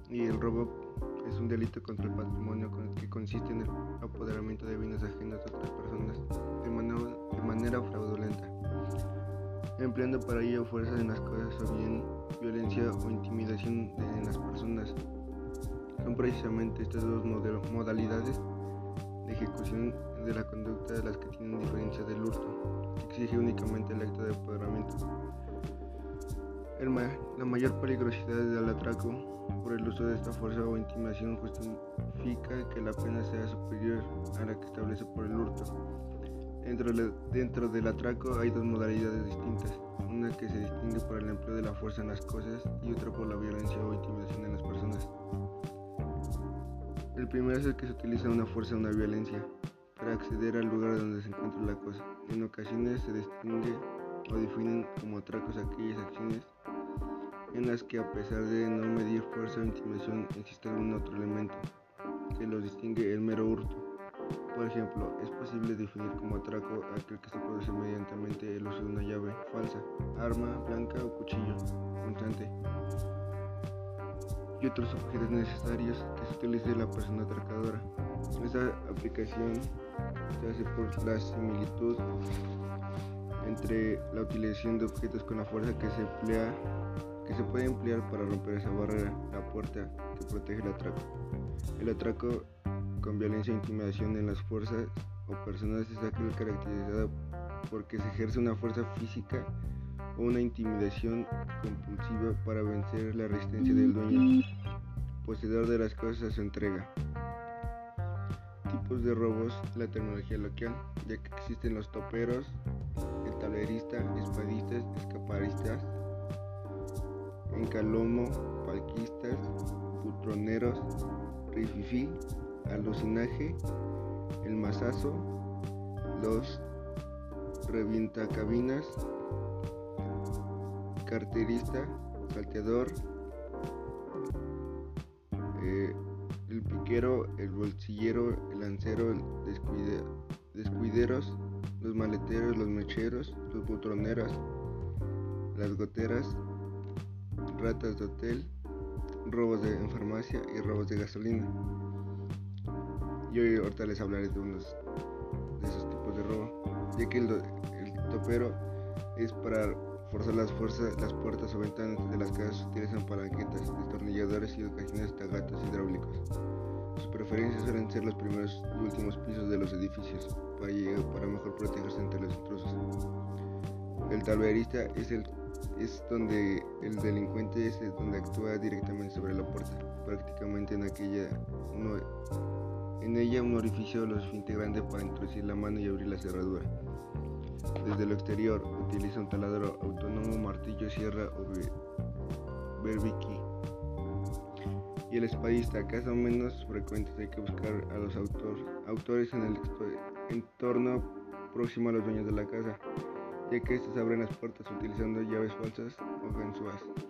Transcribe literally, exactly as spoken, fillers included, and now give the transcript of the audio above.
y el robo es un delito contra el patrimonio que consiste en el apoderamiento de bienes ajenos de otras personas de manera, de manera fraudulenta, empleando para ello fuerza en las cosas o bien violencia o intimidación de, en las personas. Son precisamente estas dos modalidades de ejecución de la conducta de las que tienen diferencia del hurto, que exige únicamente el acto de apoderamiento. El ma la mayor peligrosidad del atraco por el uso de esta fuerza o intimidación justifica que la pena sea superior a la que establece por el hurto. Dentro, le, dentro del atraco hay dos modalidades distintas, una que se distingue por el empleo de la fuerza en las cosas y otra por la violencia o intimidación en las personas. El primero es el que se utiliza una fuerza o una violencia para acceder al lugar donde se encuentra la cosa. En ocasiones se distingue o definen como atracos aquellas acciones en las que, a pesar de no medir fuerza o intimidación, existe algún otro elemento que los distingue el mero hurto. Por ejemplo, es posible definir como atraco aquel que se produce mediante el uso de una llave falsa, arma blanca o cuchillo punzante y otros objetos necesarios que se utilice la persona atracadora. Esta aplicación se hace por la similitud entre la utilización de objetos con la fuerza que se emplea que se puede emplear para romper esa barrera, la puerta que protege el atraco. El atraco con violencia e intimidación en las fuerzas o personas es aquel caracterizado porque se ejerce una fuerza física o una intimidación compulsiva para vencer la resistencia del dueño, poseedor de las cosas a su entrega. Tipos de robos: la terminología local, ya que existen los toperos, el tablerista, espadistas, escaparistas, encalomo, palquistas, putroneros, rififí, alucinaje, el mazazo, los revientacabinas, carterista, salteador, eh, el piquero, el bolsillero, el lancero, el descuide, descuideros, los maleteros, los mecheros, los putroneros, las goteras, ratas de hotel, robos de en farmacia y robos de gasolina. Yo ahorita les hablaré de unos de esos tipos de robo, ya que el, el topero es para forzar las fuerzas, las puertas o ventanas de las casas. Se utilizan palanquetas, destornilladores y ocasiones tagatos hidráulicos. Sus preferencias suelen ser los primeros y últimos pisos de los edificios para, llegar, para mejor protegerse entre los intrusos. El tablerista es el es donde el delincuente es donde actúa directamente sobre la puerta, prácticamente en aquella no, en ella un orificio lo suficiente grande para introducir la mano y abrir la cerradura. Desde lo exterior utiliza un taladro autónomo, martillo, sierra o berbiqui. Y el espadista, casos menos frecuentes, hay que buscar a los autor, autores en el entorno próximo a los dueños de la casa, ya que estos abren las puertas utilizando llaves falsas o ganzúas.